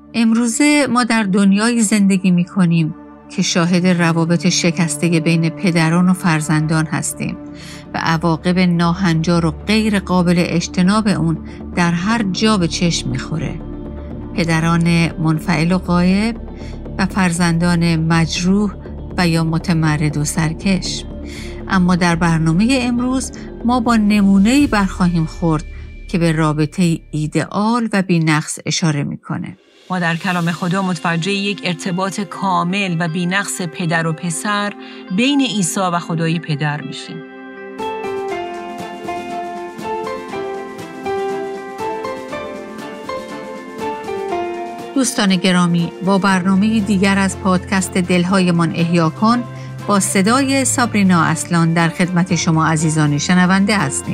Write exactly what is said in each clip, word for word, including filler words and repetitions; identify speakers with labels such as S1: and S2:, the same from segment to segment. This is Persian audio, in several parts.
S1: امروزه ما در دنیایی زندگی می کنیم که شاهد روابط شکسته بین پدران و فرزندان هستیم و عواقب ناهنجار و غیر قابل اجتناب اون در هر جا به چشم میخوره. پدران منفعل و غایب و فرزندان مجروح و یا متمرد و سرکش. اما در برنامه امروز ما با نمونه‌ای برخواهیم خورد که به رابطه ایدئال و بی‌نقص اشاره میکنه.
S2: ما در کلام خدا متوجه یک ارتباط کامل و بی‌نقص پدر و پسر بین عیسی و خدای پدر میشیم.
S1: دوستان گرامی، با برنامه دیگر از پادکست دلهایمان احیا کن با صدای سابرینا اصلان در خدمت شما عزیزان شنونده هستیم.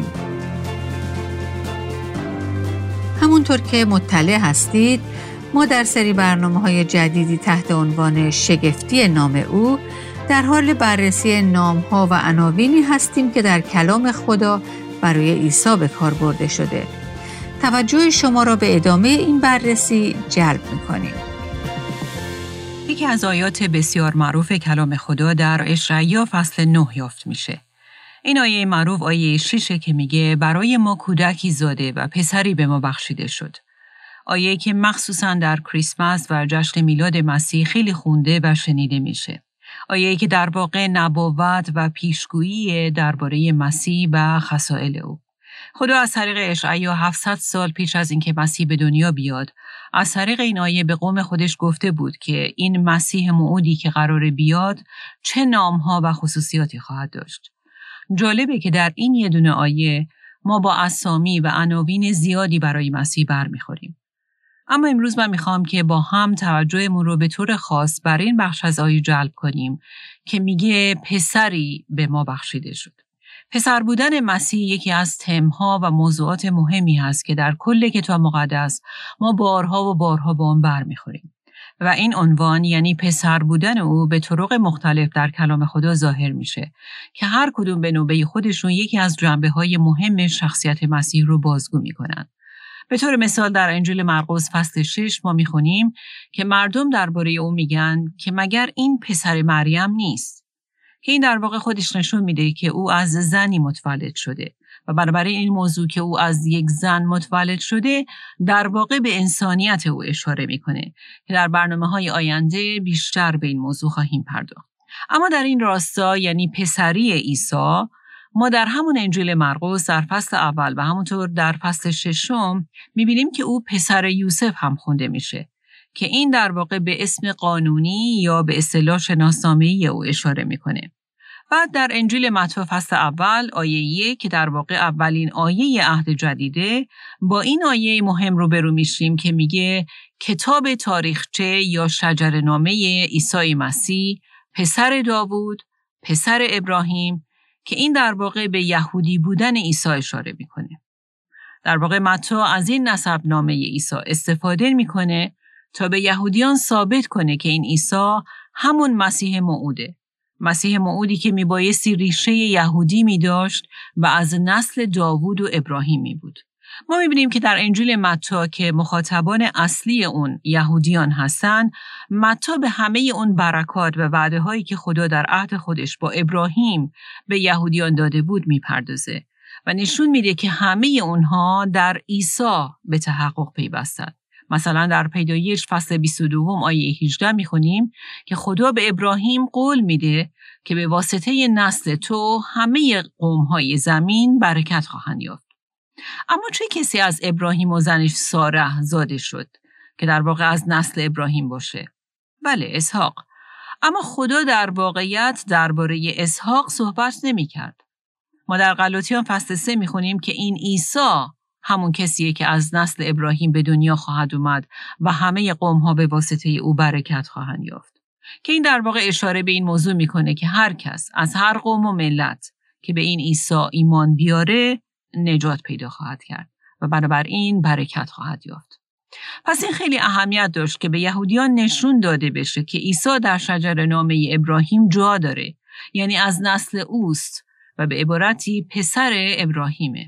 S1: همونطور که مطلع هستید، ما در سری برنامه‌های جدیدی تحت عنوان شگفتی نام او در حال بررسی نام‌ها و عناوینی هستیم که در کلام خدا برای عیسی به کار برده شده. توجه شما را به ادامه این بررسی جلب می‌کنیم.
S2: یکی از آیات بسیار معروف کلام خدا در اشعیا فصل نه یافت میشه. این آیه معروف آیه شش که میگه برای ما کودکی زاده و پسری به ما بخشیده شد. آیه که مخصوصاً در کریسمس و جشن میلاد مسیح خیلی خونده و شنیده میشه. آیه که در واقع نبوت و پیشگویی درباره مسیح و خصائل او. خدا از طریق اشعیا هفتصد سال پیش از اینکه مسیح به دنیا بیاد، از طریق این آیه به قوم خودش گفته بود که این مسیح موعودی که قراره بیاد چه نام‌ها و خصوصیاتی خواهد داشت. جالبه که در این یه دونه آیه ما با اسامی و عناوین زیادی برای مسیح برمیخوریم. اما امروز من میخوام که با هم توجهمون رو به طور خاص بر این بخش از آیه جلب کنیم که میگه پسری به ما بخشیده شد. پسر بودن مسیح یکی از تمها و موضوعات مهمی هست که در کل کتاب مقدس ما بارها و بارها با اون برمیخوریم. و این عنوان یعنی پسر بودن او به طرق مختلف در کلام خدا ظاهر میشه که هر کدوم به نوبه خودشون یکی از جنبه‌های مهم شخصیت مسیح رو بازگو میکنن. به طور مثال در انجیل مرقس فصل شش ما میخونیم که مردم درباره او میگن که مگر این پسر مریم نیست؟ که این در واقع خودش نشون میده که او از زنی متولد شده و بنابراین این موضوع که او از یک زن متولد شده در واقع به انسانیت او اشاره میکنه که در برنامه‌های آینده بیشتر به این موضوع خواهیم پرداخت. اما در این راستا یعنی پسری عیسی، ما در همون انجیل مرقس در فصل اول و همونطور در فصل ششم میبینیم که او پسر یوسف هم خونده میشه که این در واقع به اسم قانونی یا به اصطلاح شناسنامه‌ای او اشاره میکنه. بعد در انجیل متی فصل اول آیه یک که در واقع اولین آیه عهد جدیده با این آیه مهم رو برو میشیم که میگه کتاب تاریخچه یا شجره‌نامه عیسی مسیح پسر داوود پسر ابراهیم که این در واقع به یهودی بودن عیسی اشاره میکنه. در واقع متی از این نسب نامه عیسی استفاده میکنه تا به یهودیان ثابت کنه که این عیسی همون مسیح موعوده. مسیح موعودی که میبایستی ریشه یهودی میداشت و از نسل داوود و ابراهیمی بود. ما میبینیم که در انجیل متی که مخاطبان اصلی اون یهودیان هستن، متی به همه اون برکات و وعده هایی که خدا در عهد خودش با ابراهیم به یهودیان داده بود میپردازه و نشون میده که همه اونها در عیسی به تحقق پیوستند. مثلا در پیدایش فصل بیست و دو آیه هجده میخونیم که خدا به ابراهیم قول میده که به واسطه نسل تو همه قوم‌های زمین برکت خواهند یافت. اما چه کسی از ابراهیم و زنش ساره زاده شد که در واقع از نسل ابراهیم باشه؟ بله، اسحاق. اما خدا در واقعیت درباره اسحاق صحبت نمی‌کرد. ما در غلاطیان فصل سه میخونیم که این عیسی همون کسیه که از نسل ابراهیم به دنیا خواهد اومد و همه قوم‌ها به واسطه او برکت خواهند یافت. که این در واقع اشاره به این موضوع میکنه که هر کس از هر قوم و ملت که به این عیسی ایمان بیاره نجات پیدا خواهد کرد و بنابراین برکت خواهد یافت. پس این خیلی اهمیت داشت که به یهودیان نشون داده بشه که عیسی در شجره‌نامه ابراهیم جا داره، یعنی از نسل اوست و به عبارتی پسر ابراهیمه.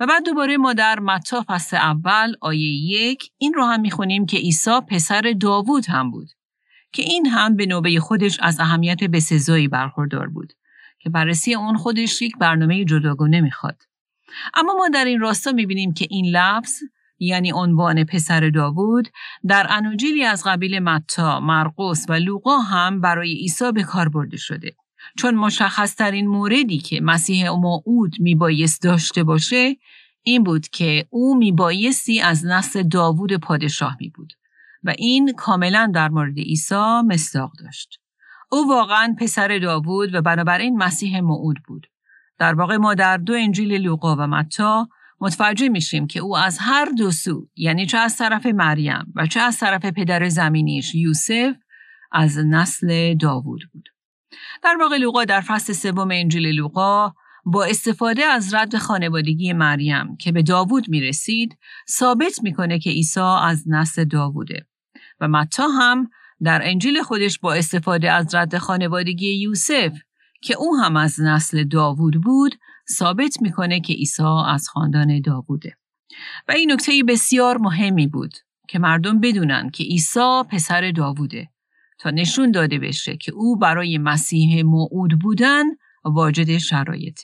S2: و بعد دوباره ما در متی فصل اول آیه یک این رو هم میخونیم که عیسی پسر داوود هم بود که این هم به نوبه خودش از اهمیت بسزایی برخوردار بود که بررسی اون خودش یک برنامه جداگانه میخواد. اما ما در این راستا میبینیم که این لفظ یعنی عنوان پسر داوود در اناجیلی از قبیل متی، مرقس و لوقا هم برای عیسی به کار برده شده. چون مشخص ترین موردی که مسیح موعود میبایست داشته باشه این بود که او میبایستی از نسل داوود پادشاه می بود و این کاملا در مورد عیسی مصداق داشت. او واقعا پسر داوود و بنابراین مسیح موعود بود. در واقع ما در دو انجیل لوقا و متی متوجه میشیم که او از هر دو سو، یعنی چه از طرف مریم و چه از طرف پدر زمینیش یوسف، از نسل داوود بود. در واقع لوقا در فصل سوم انجیل لوقا با استفاده از رد خانوادگی مریم که به داوود میرسید ثابت میکنه که عیسی از نسل داووده و متی هم در انجیل خودش با استفاده از رد خانوادگی یوسف که او هم از نسل داوود بود ثابت میکنه که عیسی از خاندان داووده. و این نکته بسیار مهمی بود که مردم بدونن که عیسی پسر داووده تا نشون داده بشه که او برای مسیح موعود بودن واجد شرایطه.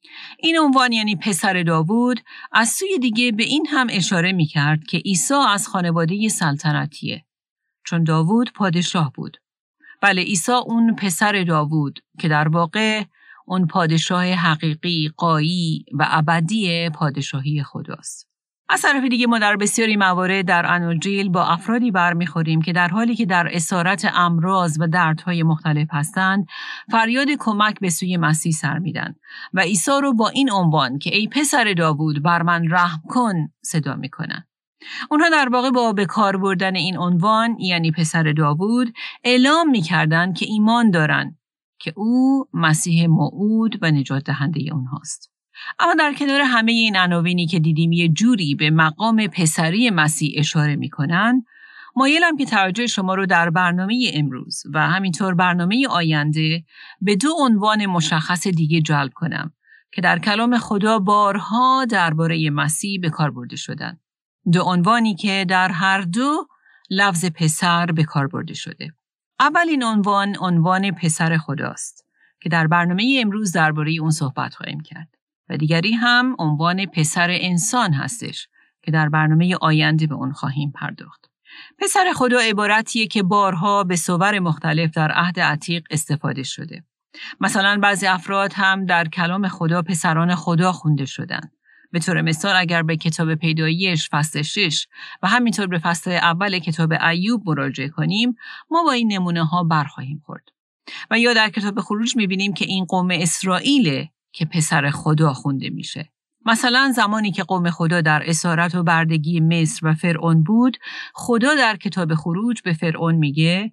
S2: این عنوان یعنی پسر داوود از سوی دیگه به این هم اشاره میکرد که عیسی از خانواده سلطنتیه چون داوود پادشاه بود. بله، عیسی اون پسر داوود که در واقع اون پادشاه حقیقی، غایی و ابدی پادشاهی خداست. از طرف دیگه ما در بسیاری موارد در اناجیل با افرادی برمیخوریم که در حالی که در اسارت امراض و دردهای مختلف هستند فریاد کمک به سوی مسیح سر میدن و عیسی رو با این عنوان که ای پسر داوود بر من رحم کن صدا میکنن. اونها در واقع با به کار بردن این عنوان یعنی پسر داوود اعلام میکردن که ایمان دارن که او مسیح موعود و نجات دهنده اونهاست. اما در کنار همه این عناوینی که دیدیم یه جوری به مقام پسری مسیح اشاره میکنن، مایلم که توجه شما رو در برنامه امروز و همینطور برنامه آینده به دو عنوان مشخص دیگه جلب کنم که در کلام خدا بارها درباره مسیح به کار برده شدن. دو عنوانی که در هر دو لفظ پسر به کار برده شده. اولین عنوان عنوان پسر خداست که در برنامه امروز درباره اون صحبت خواهیم کرد و دیگری هم عنوان پسر انسان هستش که در برنامه آینده به اون خواهیم پرداخت. پسر خدا عبارتیه که بارها به صور مختلف در عهد عتیق استفاده شده. مثلا بعضی افراد هم در کلام خدا پسران خدا خونده شدن. به طور مثال اگر به کتاب پیدایش فصل شش و همینطور به فصل اول کتاب ایوب مراجعه کنیم ما با این نمونه ها برخواهیم خورد. و یا در کتاب خروج میبینیم که این قوم اسرائیل که پسر خدا خونده میشه. مثلا زمانی که قوم خدا در اسارت و بردگی مصر و فرعون بود، خدا در کتاب خروج به فرعون میگه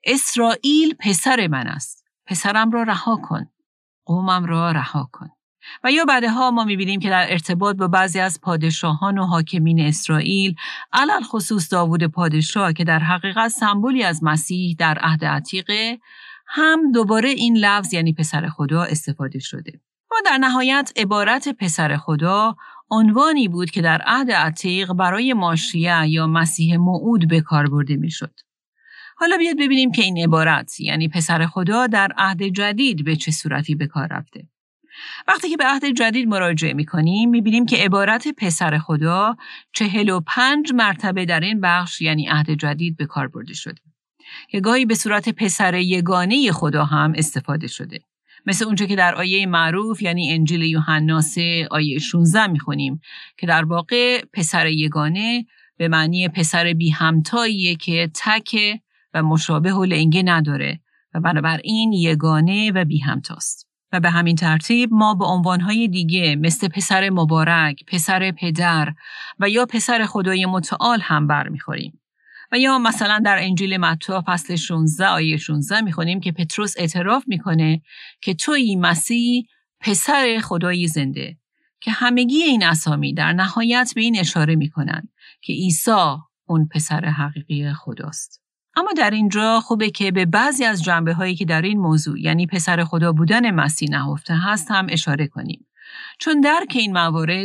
S2: اسرائیل پسر من است، پسرم را رها کن، قومم را رها کن. و یا بعدها ما میبینیم که در ارتباط با بعضی از پادشاهان و حاکمین اسرائیل، علل خصوص داوود پادشاه که در حقیقت سمبولی از مسیح در عهد عتیقه، هم دوباره این لفظ یعنی پسر خدا استفاده شده. و در نهایت عبارت پسر خدا عنوانی بود که در عهد عتیق برای ماشیه یا مسیح موعود به کار برده میشد. حالا بیاد ببینیم که این عبارت یعنی پسر خدا در عهد جدید به چه صورتی به کار رفته. وقتی که به عهد جدید مراجعه می‌کنیم می‌بینیم که عبارت پسر خدا چهل و پنج مرتبه در این بخش یعنی عهد جدید به کار برده شده که گاهی به صورت پسر یگانه خدا هم استفاده شده، مثل اونچه که در آیه معروف یعنی انجیل یوحنا سه آیه شانزده می‌خونیم که در واقع پسر یگانه به معنی پسر بی همتاییه که تک و مشابه و لنگه نداره و بنابراین یگانه و بی همتاست. و به همین ترتیب ما به عنوانهای دیگه مثل پسر مبارک، پسر پدر و یا پسر خدای متعال هم برمیخوریم. و یا مثلا در انجیل متی فصل شانزده آیه شانزده میخونیم که پتروس اعتراف میکنه که تویی مسیح پسر خدای زنده، که همگی این اسامی در نهایت به این اشاره میکنن که عیسی اون پسر حقیقی خداست. اما در اینجا خوبه که به بعضی از جنبه هایی که در این موضوع یعنی پسر خدا بودن مسیح نهفته هست هم اشاره کنیم، چون درک این موارد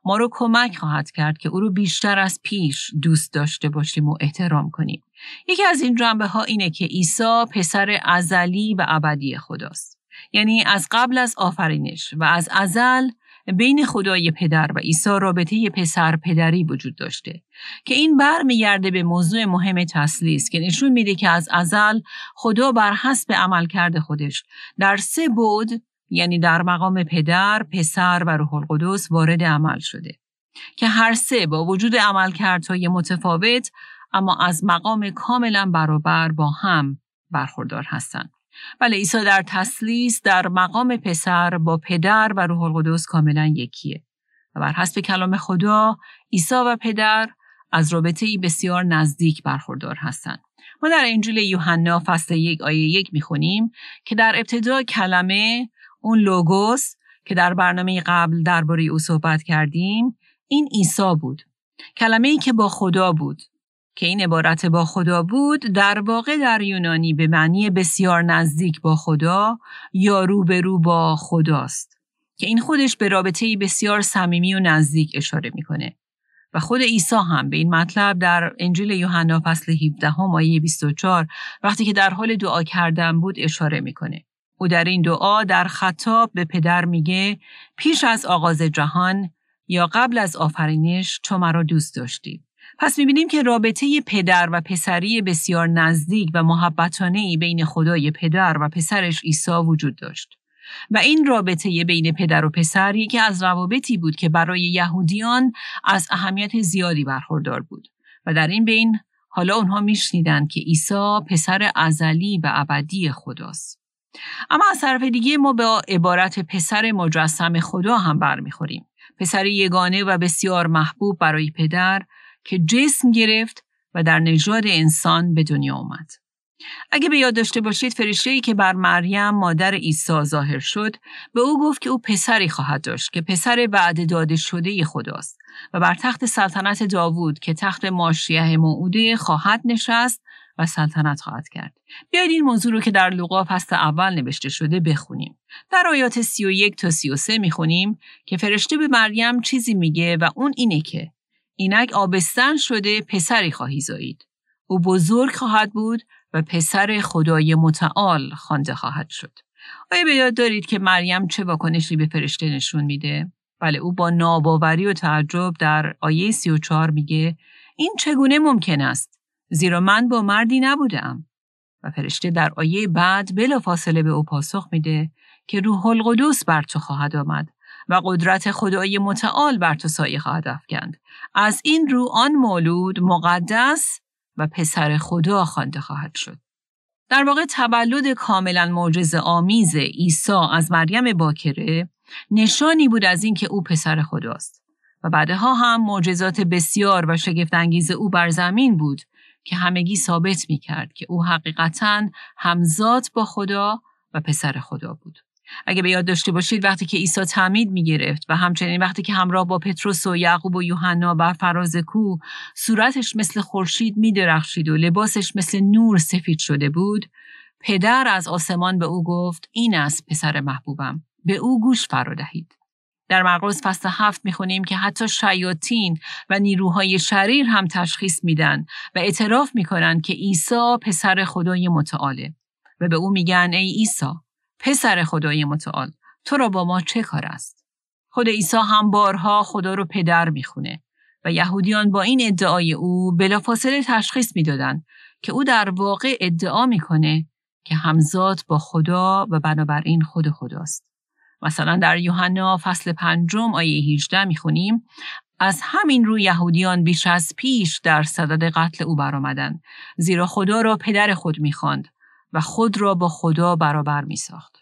S2: ما رو کمک خواهد کرد که او رو بیشتر از پیش دوست داشته باشیم و احترام کنیم. یکی از این جنبه ها اینه که عیسی پسر ازلی و ابدی خداست. یعنی از قبل از آفرینش و از ازل بین خدای پدر و عیسی رابطه پسر پدری وجود داشته که این برمیگرده به موضوع مهم تثلیث که نشون میده که از ازل خدا بر حسب عملکرد خودش در سه بعد، یعنی در مقام پدر، پسر و روح القدس وارد عمل شده که هر سه با وجود عملکردهای متفاوت اما از مقام کاملا برابر با هم برخوردار هستند. بله، عیسی در تثلیث در مقام پسر با پدر و روح القدس کاملا یکیه و بر حسب کلام خدا عیسی و پدر از رابطه‌ای بسیار نزدیک برخوردار هستند. ما در انجیل یوحنا فصل یک آیه یک میخونیم که در ابتدا کلمه، اون لوگوس که در برنامه قبل درباره او صحبت کردیم، این عیسی بود. کلمه‌ای که با خدا بود، که این عبارت با خدا بود در واقع در یونانی به معنی بسیار نزدیک با خدا یا روبرو با خداست که این خودش به رابطه‌ای بسیار صمیمی و نزدیک اشاره میکنه و خود عیسی هم به این مطلب در انجیل یوحنا فصل هفده آیه بیست و چهار وقتی که در حال دعا کردن بود اشاره میکنه. او در این دعا در خطاب به پدر میگه پیش از آغاز جهان یا قبل از آفرینش تو مرا دوست داشتی. پس می‌بینیم که رابطه پدر و پسری بسیار نزدیک و محبتانه‌ای بین خدای پدر و پسرش عیسی وجود داشت. و این رابطه بین پدر و پسری که از روابطی بود که برای یهودیان از اهمیت زیادی برخوردار بود. و در این بین حالا اونها میشنیدن که عیسی پسر ازلی و ابدی خداست. اما از طرف دیگه ما به عبارت پسر مجسم خدا هم برمیخوریم. پسر یگانه و بسیار محبوب برای پدر که جسم گرفت و در نژاد انسان به دنیا آمد. اگه به یاد داشته باشید فرشته‌ای که بر مریم مادر عیسی ظاهر شد به او گفت که او پسری خواهد داشت که پسر وعده داده شده خداست و بر تخت سلطنت داوود که تخت ماشیه موعوده خواهد نشست و سلطنت خواهد کرد. بیایید این موضوع رو که در لوقا فصل اول نوشته شده بخونیم. در آیات سی و یک تا سی و سه میخونیم که فرشته به مریم چیزی میگه و اون اینه که اینک آبستن شده پسری خواهی زایید. او بزرگ خواهد بود و پسر خدای متعال خوانده خواهد شد. آیا به یاد دارید که مریم چه واکنشی به فرشته نشون میده؟ بله، او با ناباوری و تعجب در آیه سی و چهار میگه این چگونه ممکن است؟ زیرا من با مردی نبودم. و فرشته در آیه بعد بلافاصله به او پاسخ میده که روح القدس بر تو خواهد آمد و قدرت خدای متعال بر تو سایه خواهد افکند. از این رو آن مولود مقدس و پسر خدا خوانده خواهد شد. در واقع تولد کاملا معجزه آمیز عیسی از مریم باکره نشانی بود از این که او پسر خداست و بعدها هم معجزات بسیار و شگفت‌انگیز او بر زمین بود که همگی ثابت می‌کرد که او حقیقتاً همزاد با خدا و پسر خدا بود. اگه به یاد داشته باشید وقتی که عیسی تعمید می‌گرفت و همچنین وقتی که همراه با پتروس و یعقوب و یوحنا بر فراز کوه صورتش مثل خورشید می‌درخشید و لباسش مثل نور سفید شده بود، پدر از آسمان به او گفت این است پسر محبوبم، به او گوش فرا دهید. در مرقس فصل هفت می‌خونیم که حتی شیاطین و نیروهای شریر هم تشخیص میدن و اعتراف میکنن که عیسی پسر خدای متعاله و به او میگن ای عیسی پسر خدای متعال، تو را با ما چه کار است؟ خود عیسی هم بارها خدا رو پدر میخونه و یهودیان با این ادعای او بلافاصله تشخیص میدادن که او در واقع ادعا میکنه که همزاد با خدا و بنابراین خود خداست. مثلا در یوحنا فصل پنجم آیه هجده میخونیم از همین رو یهودیان بیش از پیش در صدد قتل او برآمدند، زیرا خدا را پدر خود میخواند و خود را با خدا برابر میساخت.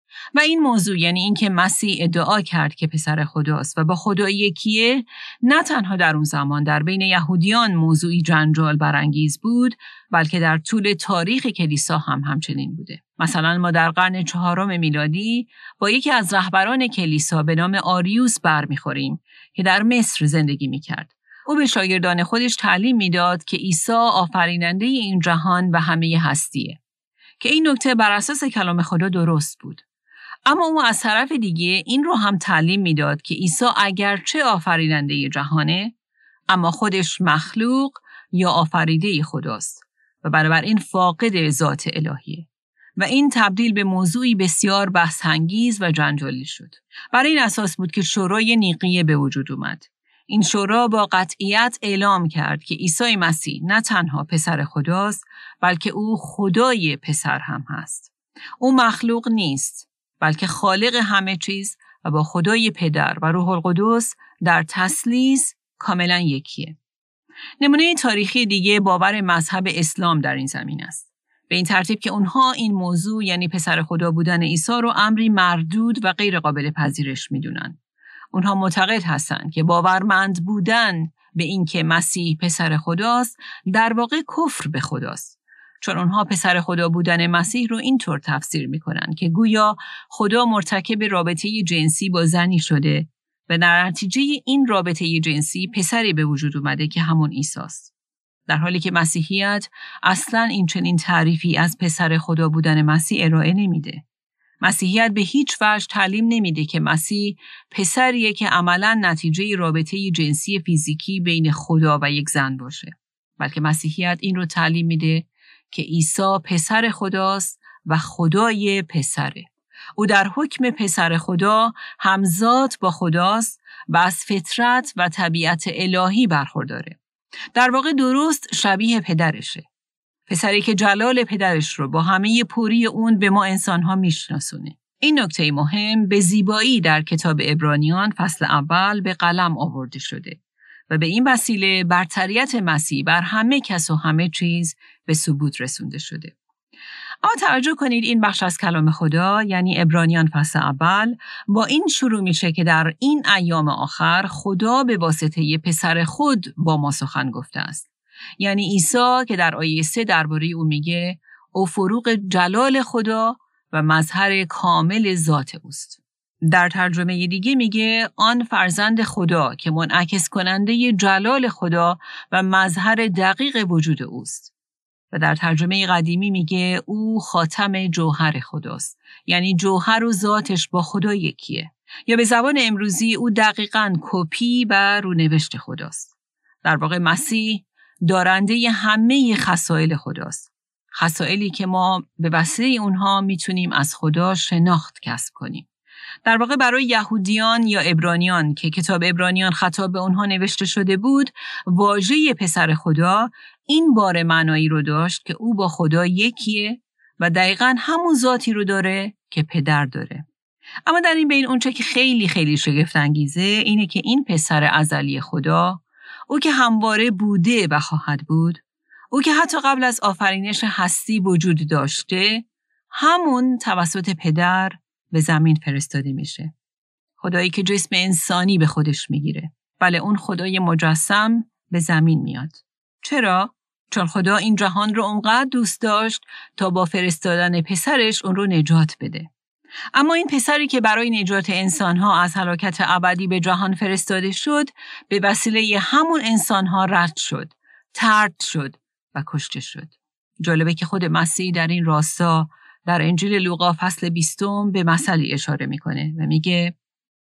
S2: و این موضوع یعنی این که مسیح ادعا کرد که پسر خداست و با خدا یکیه، نه تنها در اون زمان در بین یهودیان موضوعی جنجال برانگیز بود، بلکه در طول تاریخ کلیسا هم همچنین بوده. مثلا ما در قرن چهارم میلادی با یکی از رهبران کلیسا به نام آریوس برمیخوریم که در مصر زندگی میکرد. او به شاگردان خودش تعلیم میداد که عیسی آفریننده این جهان و همه هستیه، که این نکته بر اساس کلام خدا درست بود. اما او از طرف دیگه این رو هم تعلیم میداد که عیسی اگرچه آفریننده جهانه، اما خودش مخلوق یا آفریده خداست و بنابراین فاقد ذات الهیه. و این تبدیل به موضوعی بسیار بحث‌انگیز و جنجالی شد. برای این اساس بود که شورای نیقیه به وجود اومد. این شورا با قطعیت اعلام کرد که عیسی مسیح نه تنها پسر خداست، بلکه او خدای پسر هم هست. او مخلوق نیست، بلکه خالق همه چیز و با خدای پدر و روح القدس در تثلیث کاملا یکیه. نمونه تاریخی دیگه باور مذهب اسلام در این زمین است. به این ترتیب که اونها این موضوع یعنی پسر خدا بودن عیسی رو امری مردود و غیر قابل پذیرش میدونن. اونها معتقد هستند که باورمند بودن به این که مسیح پسر خداست در واقع کفر به خداست. چون اونها پسر خدا بودن مسیح رو اینطور تفسیر میکنن که گویا خدا مرتکب رابطه جنسی با زنی شده و در نتیجه این رابطه جنسی پسری به وجود اومده که همون عیسی است. در حالی که مسیحیت اصلاً این چنین تعریفی از پسر خدا بودن مسیح ارائه نمیده. مسیحیت به هیچ وجه تعلیم نمیده که مسیح پسریه که عملاً نتیجه رابطه جنسی فیزیکی بین خدا و یک زن باشه. بلکه مسیحیت این رو تعلیم میده که عیسی پسر خداست و خدای پسره. او در حکم پسر خدا همزاد با خداست و از فطرت و طبیعت الهی برخورداره. در واقع درست شبیه پدرشه. پسری که جلال پدرش رو با همه پوری اون به ما انسانها میشناسونه. این نکته مهم به زیبایی در کتاب عبرانیان فصل اول به قلم آورده شده و به این وسیله برتریت مسیح بر همه کس و همه چیز به ثبوت رسونده شده. اما توجه کنید این بخش از کلام خدا یعنی عبرانیان فصل اول با این شروع میشه که در این ایام آخر خدا به واسطه پسر خود با ما سخن گفته است. یعنی عیسی که در آیه سه درباره او میگه او فروغ جلال خدا و مظهر کامل ذات اوست. در ترجمه دیگه میگه آن فرزند خدا که منعکس کننده جلال خدا و مظهر دقیق وجود اوست. و در ترجمه قدیمی میگه او خاتم جوهر خداست. یعنی جوهر و ذاتش با خدا یکیه. یا به زبان امروزی او دقیقاً کپی و رونوشت خداست. در واقع مسیح دارنده همه خصائل خداست. خصائلی که ما به وسیله اونها میتونیم از خدا شناخت کسب کنیم. در واقع برای یهودیان یا عبرانیان که کتاب عبرانیان خطاب به اونها نوشته شده بود، واژه پسر خدا این بار معنایی رو داشت که او با خدا یکیه و دقیقاً همون ذاتی رو داره که پدر داره. اما در این بین اونچه که خیلی خیلی شگفت انگیزه اینه که این پسر ازلی خدا، او که همواره بوده و خواهد بود، او که حتی قبل از آفرینش هستی وجود داشته، همون توسط پدر به زمین فرستاده میشه. خدایی که جسم انسانی به خودش میگیره. بله، اون خدای مجسم به زمین میاد. چرا؟ چون خدا این جهان رو اونقدر دوست داشت تا با فرستادن پسرش اون رو نجات بده. اما این پسری که برای نجات انسانها از هلاکت ابدی به جهان فرستاده شد، به وسیله همون انسانها رد شد، طرد شد و کشته شد. جالبه که خود مسیح در این راستا در انجیل لوقا فصل بیستم به مثلی اشاره میکنه و میگه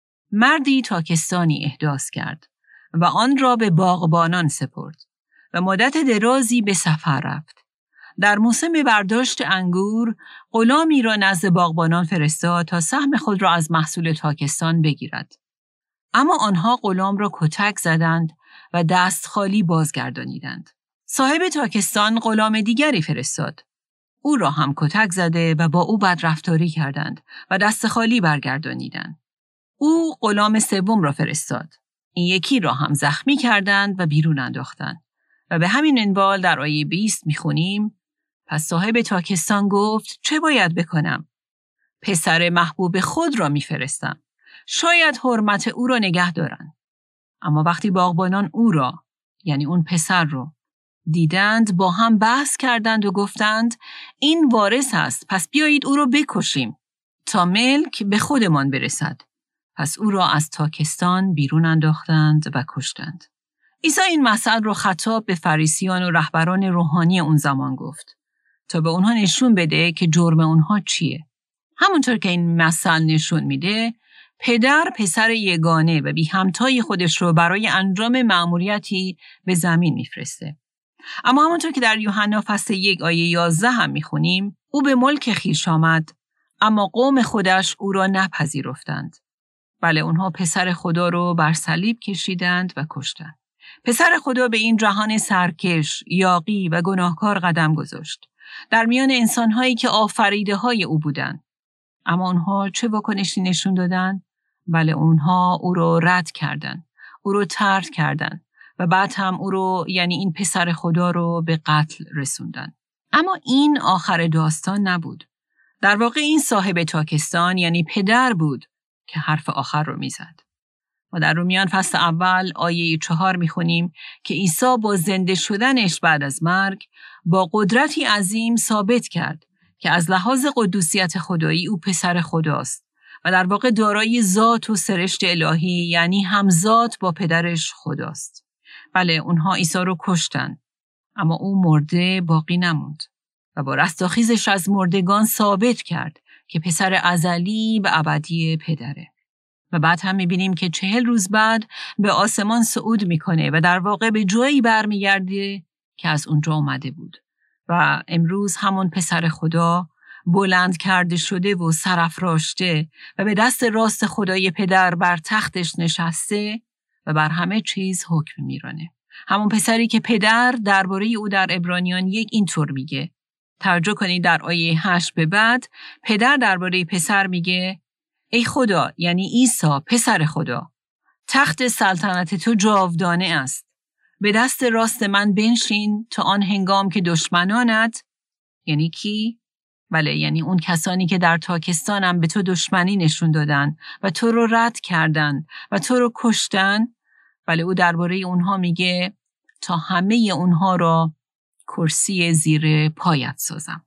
S2: مردی تاکستانی احداث کرد و آن را به باغبانان سپرد و مدت درازی به سفر رفت. در موسم برداشت انگور غلامی را نزد باغبانان فرستاد تا سهم خود را از محصول تاکستان بگیرد. اما آنها غلام را کتک زدند و دست خالی بازگردانیدند. صاحب تاکستان غلام دیگری فرستاد. او را هم کتک زده و با او بدرفتاری کردند و دست خالی برگردانیدند. او غلام سوم را فرستاد. این یکی را هم زخمی کردند و بیرون انداختند. و به همین منوال در آیه بیست میخونیم پس صاحب تاکستان گفت چه باید بکنم؟ پسر محبوب خود را میفرستم. شاید حرمت او را نگه دارند. اما وقتی باغبانان او را، یعنی اون پسر رو، دیدند با هم بحث کردند و گفتند این وارث است، پس بیایید او را بکشیم تا ملک به خودمان برسد. پس او را از تاکستان بیرون انداختند و کشتند. عیسی این مسئله رو خطاب به فریسیان و رهبران روحانی اون زمان گفت تا به اونها نشون بده که جرم اونها چیه. همونطور که این مثل نشون میده، پدر پسر یگانه و بی همتای خودش رو برای انجام مأموریتی به زمین میفرسته. اما همونطور که در یوحنا فصل یک آیه یازده هم میخونیم، او به ملک خویش آمد، اما قوم خودش او را نپذیرفتند. بله، اونها پسر خدا رو بر صلیب کشیدند و کشتند. پسر خدا به این جهان سرکش، یاغی و گناهکار قدم گذاشت، در میان انسانهایی که آفریده های او بودند. اما اونها چه واکنشی نشون دادن؟ بله، اونها او رو رد کردند، او رو طرد کردند و بعد هم او رو، یعنی این پسر خدا رو، به قتل رسوندن. اما این آخر داستان نبود. در واقع این صاحب تاکستان، یعنی پدر بود که حرف آخر رو میزد. ما در رومیان فصل اول آیه چهار میخونیم که عیسی با زنده شدنش بعد از مرگ با قدرتی عظیم ثابت کرد که از لحاظ قدوسیت خدایی او پسر خداست و در واقع دارای ذات و سرشت الهی، یعنی همزاد با پدرش خداست. بله، اونها عیسی رو کشتن، اما او مرده باقی نموند و با رستاخیزش از مردگان ثابت کرد که پسر ازلی و ابدی پدره. و بعد هم میبینیم که چهل روز بعد به آسمان صعود میکنه و در واقع به جایی برمیگرده که از اونجا اومده بود. و امروز همون پسر خدا بلند کرده شده و سرافراشته و به دست راست خدای پدر بر تختش نشسته و بر همه چیز حکم میرانه. همون پسری که پدر درباره او در عبرانیان یک اینطور میگه. توجه کنید در آیه هشت به بعد پدر درباره پسر میگه: ای خدا، یعنی عیسی پسر خدا، تخت سلطنت تو جاودانه است. به دست راست من بنشین تا آن هنگام که دشمنانت، یعنی کی؟ بله، یعنی اون کسانی که در تاکستانم به تو دشمنی نشون دادن و تو رو رد کردن و تو رو کشتن. بله، او درباره اونها میگه تا همه اونها را کرسی زیر پایت سازم.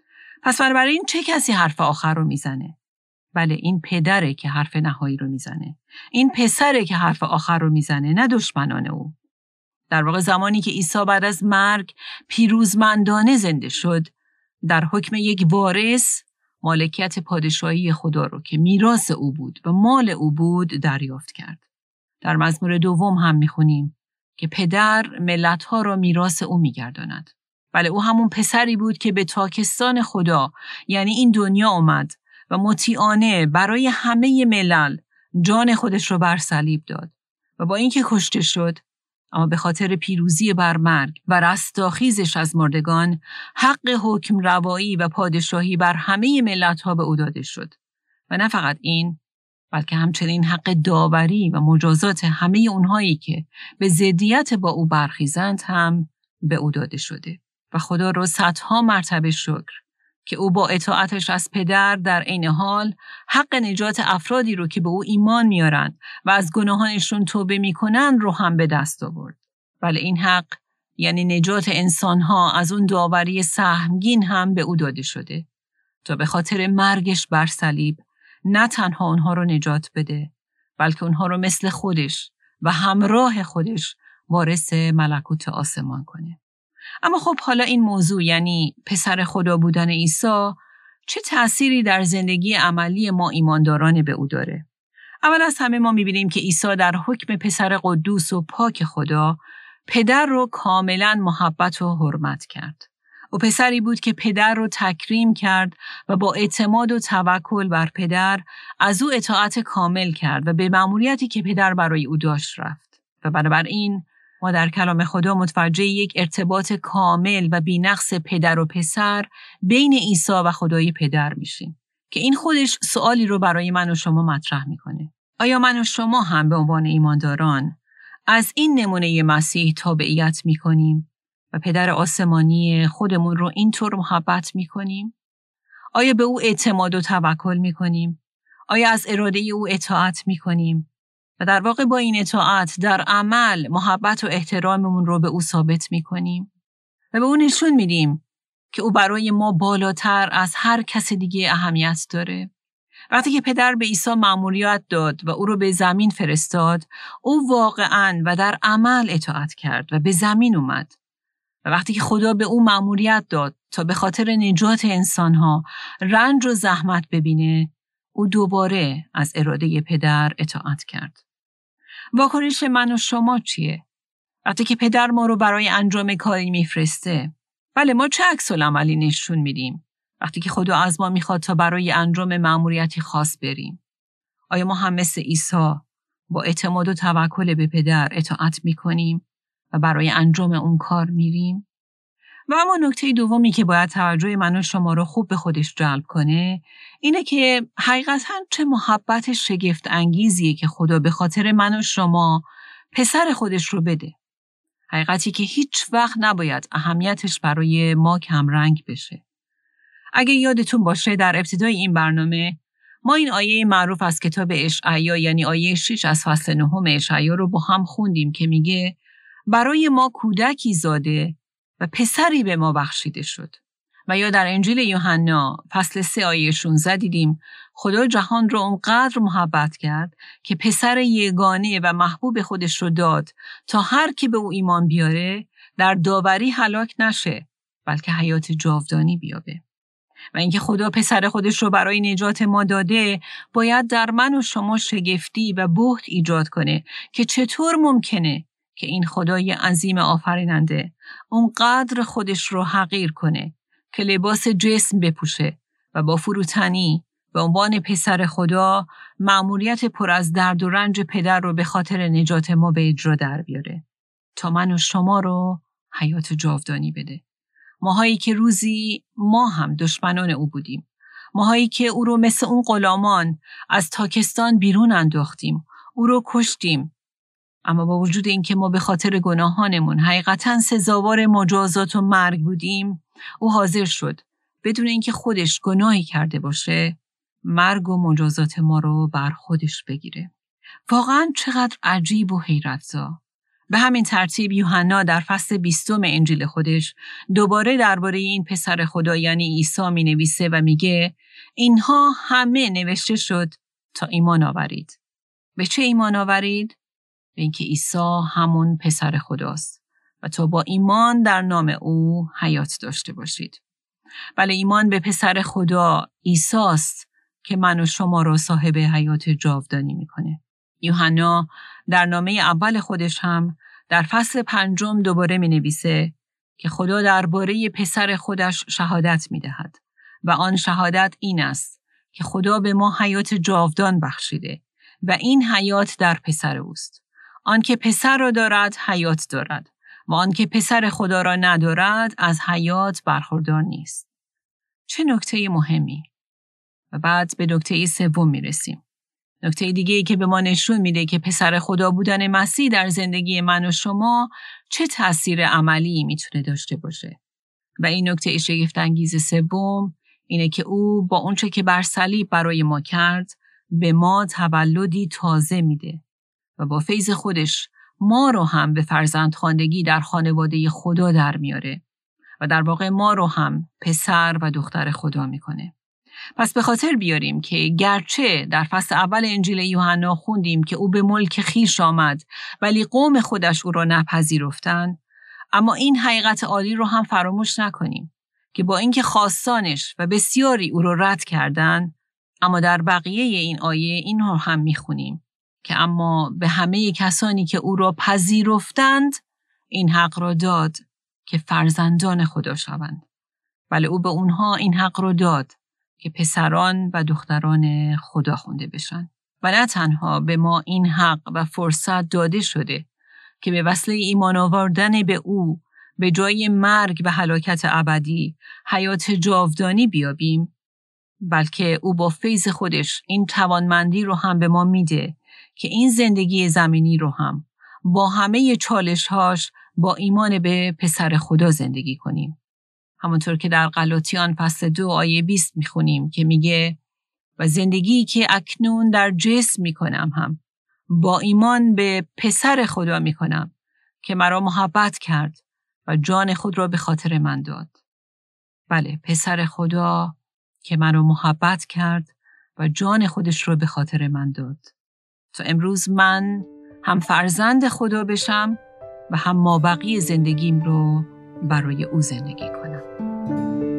S2: پس بنابراین چه کسی حرف آخر رو میزنه؟ بله، این پدره که حرف نهایی رو میزنه. این پسره که حرف آخر رو میزنه، نه دشمنان او. در واقع زمانی که عیسی بعد از مرگ پیروزمندانه زنده شد، در حکم یک وارث مالکیت پادشاهی خدا رو که میراث او بود و مال او بود دریافت کرد. در مزمور دوم هم میخونیم که پدر ملت‌ها را میراث او میگرداند. بله، او همون پسری بود که به تاکستان خدا، یعنی این دنیا اومد و مطیعانه برای همه ملل جان خودش رو بر صلیب داد و با اینکه کشته شد، اما به خاطر پیروزی بر مرگ و رستاخیزش از مردگان، حق حکم روایی و پادشاهی بر همه ملت‌ها به او داده شد. و نه فقط این، بلکه همچنین حق داوری و مجازات همه اونهایی که به ضدیت با او برخیزند هم به او داده شده. و خدا را صدها مرتبه شکر که او با اطاعتش از پدر در عین حال حق نجات افرادی رو که به او ایمان میارن و از گناهانشون توبه میکنن رو هم به دست آورد. بله، این حق یعنی نجات انسانها از اون داوری سهمگین هم به او داده شده تا به خاطر مرگش بر صلیب نه تنها اونها رو نجات بده، بلکه اونها رو مثل خودش و همراه خودش وارث ملکوت آسمان کنه. اما خب حالا این موضوع، یعنی پسر خدا بودن عیسی، چه تأثیری در زندگی عملی ما ایمانداران به او داره؟ اول از همه ما می‌بینیم که عیسی در حکم پسر قدوس و پاک خدا پدر رو کاملاً محبت و حرمت کرد. او پسری بود که پدر رو تکریم کرد و با اعتماد و توکل بر پدر از او اطاعت کامل کرد و به مأموریتی که پدر برای او داشت رفت. و بنابراین ما در کلام خدا متوجه یک ارتباط کامل و بی‌نقص پدر و پسر بین عیسی و خدای پدر میشیم که این خودش سوالی رو برای من و شما مطرح میکنه. آیا من و شما هم به عنوان ایمانداران از این نمونه مسیح تابعیت میکنیم و پدر آسمانی خودمون رو اینطور محبت میکنیم؟ آیا به او اعتماد و توکل میکنیم؟ آیا از اراده او اطاعت میکنیم؟ و در واقع با این اطاعت در عمل محبت و احتراممون رو به او ثابت میکنیم و به او نشون میدیم که او برای ما بالاتر از هر کس دیگه اهمیت داره. وقتی که پدر به عیسی مأموریت داد و او رو به زمین فرستاد، او واقعاً و در عمل اطاعت کرد و به زمین اومد. و وقتی که خدا به او مأموریت داد تا به خاطر نجات انسانها رنج و زحمت ببینه، او دوباره از اراده پدر اطاعت کرد. واکنش من و شما چیه؟ وقتی که پدر ما رو برای انجام کاری میفرسته، بله ما چه عکس العملی نشون میدیم؟ وقتی که خدا از ما میخواد تا برای انجام مأموریتی خاص بریم، آیا ما هم مثل عیسی با اعتماد و توکل به پدر اطاعت میکنیم و برای انجام اون کار میریم؟ و اما نکته دومی که باید توجه من و شما رو خوب به خودش جلب کنه اینه که حقیقتاً چه محبت شگفت انگیزیه که خدا به خاطر من و شما پسر خودش رو بده. حقیقتی که هیچ وقت نباید اهمیتش برای ما کمرنگ بشه. اگه یادتون باشه در ابتدای این برنامه ما این آیه معروف از کتاب اشعیا یعنی آیه شش از فصل نهم اشعیا رو با هم خوندیم که میگه برای ما کودکی زاده و پسری به ما بخشیده شد. و یا در انجیل یوحنا فصل سه آیه شانزده دیدیم خدا جهان رو اونقدر محبت کرد که پسر یگانه و محبوب خودش رو داد تا هر کی به او ایمان بیاره در داوری هلاک نشه بلکه حیات جاودانی بیابه. و اینکه خدا پسر خودش رو برای نجات ما داده باید در من و شما شگفتی و بهت ایجاد کنه که چطور ممکنه که این خدای عظیم آفریننده اونقدر خودش رو حقیر کنه که لباس جسم بپوشه و با فروتنی به عنوان پسر خدا مأموریت پر از درد و رنج پدر رو به خاطر نجات ما به اجرا در بیاره تا من و شما رو حیات جاودانی بده. ماهایی که روزی ما هم دشمنان او بودیم، ماهایی که او رو مثل اون غلامان از تاکستان بیرون انداختیم، او رو کشتیم، اما با وجود اینکه ما به خاطر گناهانمون حقیقتاً سزاوار مجازات و مرگ بودیم، او حاضر شد بدون اینکه خودش گناهی کرده باشه مرگ و مجازات ما رو بر خودش بگیره. واقعاً چقدر عجیب و حیرت‌زا. به همین ترتیب یوحنا در فصل بیستم انجیل خودش دوباره درباره این پسر خدا یعنی عیسی می نویسه و میگه اینها همه نوشته شد تا ایمان آورید. به چه ایمان آورید؟ به اینکه عیسی همون پسر خداست و تا با ایمان در نام او حیات داشته باشید. بله ایمان به پسر خدا عیسی است که من و شما را صاحب حیات جاودانی میکنه. یوحنا در نامه اول خودش هم در فصل پنجم دوباره می نویسه که خدا درباره پسر خودش شهادت می دهد و آن شهادت این است که خدا به ما حیات جاودان بخشیده و این حیات در پسر اوست. آن که پسر را دارد حیات دارد و آن که پسر خدا را ندارد از حیات برخوردار نیست. چه نکته مهمی. و بعد به نکته سوم می رسیم. نکته دیگه‌ای که به ما نشون میده که پسر خدا بودن مسیح در زندگی من و شما چه تأثیر عملی میتونه داشته باشه. و این نکته شگفت انگیز سوم اینه که او با اونچه که بر صلیب برای ما کرد به ما تولدی تازه میده و با فیض خودش ما رو هم به فرزندخواندگی در خانواده خدا در میاره و در واقع ما رو هم پسر و دختر خدا میکنه. پس به خاطر بیاریم که گرچه در فصل اول انجیل یوحنا خوندیم که او به ملک خویش آمد ولی قوم خودش او را نپذیرفتند، اما این حقیقت عالی رو هم فراموش نکنیم که با اینکه خواستانش و بسیاری او را رد کردند، اما در بقیه این آیه این رو هم میخونیم که اما به همه کسانی که او را پذیرفتند این حق را داد که فرزندان خدا شوند. ولی او به اونها این حق را داد که پسران و دختران خدا خونده بشن. و نه تنها به ما این حق و فرصت داده شده که به وسیله ایمان آوردن به او به جای مرگ و هلاکت ابدی حیات جاودانی بیابیم، بلکه او با فیض خودش این توانمندی رو هم به ما میده که این زندگی زمینی رو هم با همه چالش‌هاش با ایمان به پسر خدا زندگی کنیم. همونطور که در غلاطیان فصل دو آیه بیست میخونیم که میگه و زندگی که اکنون در جسم میکنم هم با ایمان به پسر خدا میکنم که مرا محبت کرد و جان خود را به خاطر من داد. بله پسر خدا که مرا محبت کرد و جان خودش را به خاطر من داد تا امروز من هم فرزند خدا بشم و هم مابقی زندگیم رو برای او زندگی کنم.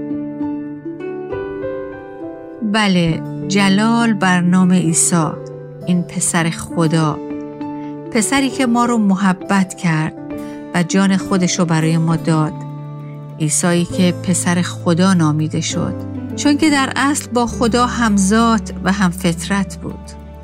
S1: بله، جلال بر نام عیسی، این پسر خدا، پسری که ما رو محبت کرد و جان خودش رو برای ما داد. عیسایی که پسر خدا نامیده شد، چون که در اصل با خدا همزاد و هم فطرت بود.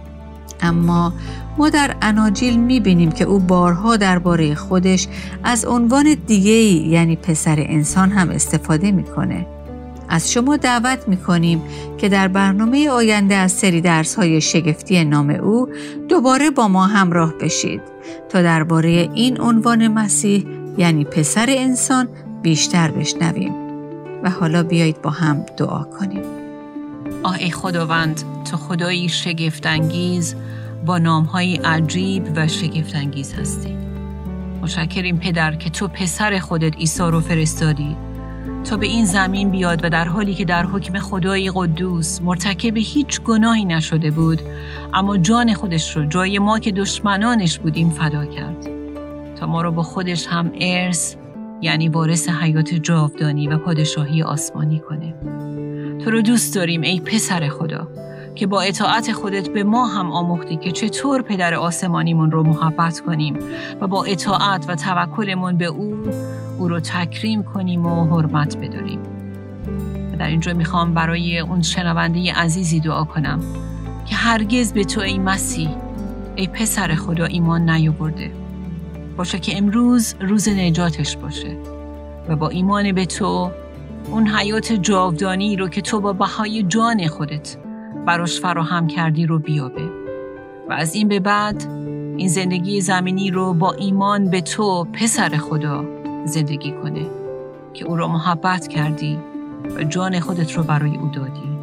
S1: اما ما در اناجیل می‌بینیم که او بارها درباره خودش از عنوان دیگه‌ای، یعنی پسر انسان، هم استفاده می‌کنه. از شما دعوت می‌کنیم که در برنامه آینده از سری درس‌های شگفتی نام او دوباره با ما همراه بشید تا درباره این عنوان مسیح، یعنی پسر انسان، بیشتر بشنویم. و حالا بیایید با هم دعا کنیم.
S2: آه ای خداوند، تو خدایی شگفت‌انگیز با نام‌های عجیب و شگفت‌انگیز هستی. متشکریم پدر که تو پسر خودت عیسی رو فرستادی تا به این زمین بیاد و در حالی که در حکم خدای قدوس مرتکب هیچ گناهی نشده بود، اما جان خودش رو جای ما که دشمنانش بودیم فدا کرد تا ما رو با خودش هم ارث، یعنی وارث حیات جاودانی و پادشاهی آسمانی کنه. تو رو دوست داریم ای پسر خدا که با اطاعت خودت به ما هم آموختی که چطور پدر آسمانیمون رو محبت کنیم و با اطاعت و توکلمون به او او رو تکریم کنیم و حرمت بداریم. و در اینجا میخوام برای اون شنونده عزیزی دعا کنم که هرگز به تو ای مسیح، ای پسر خدا ایمان نیاورده باشه که امروز روز نجاتش باشه و با ایمان به تو اون حیات جاودانی رو که تو با بهای جان خودت براش فراهم کردی رو بیابه و از این به بعد این زندگی زمینی رو با ایمان به تو پسر خدا زندگی کنه که او رو محبت کردی و جان خودت رو برای او دادی.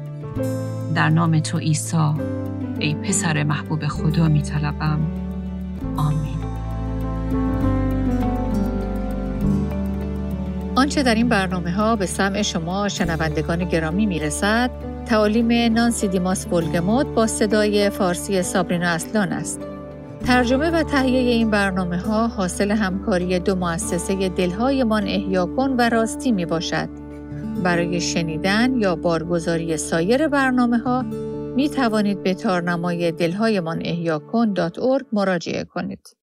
S2: در نام تو عیسی ای پسر محبوب خدا می طلبم. آمین.
S1: آنچه در این برنامه ها به سمع شما شنوندگان گرامی می رسد، تعالیم نانسی دیماس ولگموت با صدای فارسی سابرینا اصلان است. ترجمه و تهیه این برنامه ها حاصل همکاری دو مؤسسه دلهایمان احیا کن و راستی می باشد. برای شنیدن یا بارگزاری سایر برنامه ها می توانید به تارنمای دلهایمان احیا کن دات اورگ مراجعه کنید.